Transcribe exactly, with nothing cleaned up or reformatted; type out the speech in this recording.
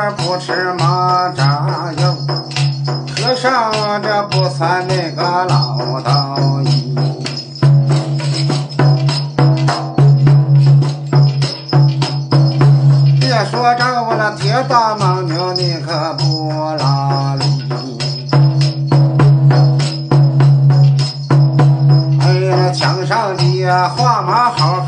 不吃蚂蚱油，和尚这不算那个老道医。别说这我那铁大牦牛，你可不拉理。哎呀，墙上的画马好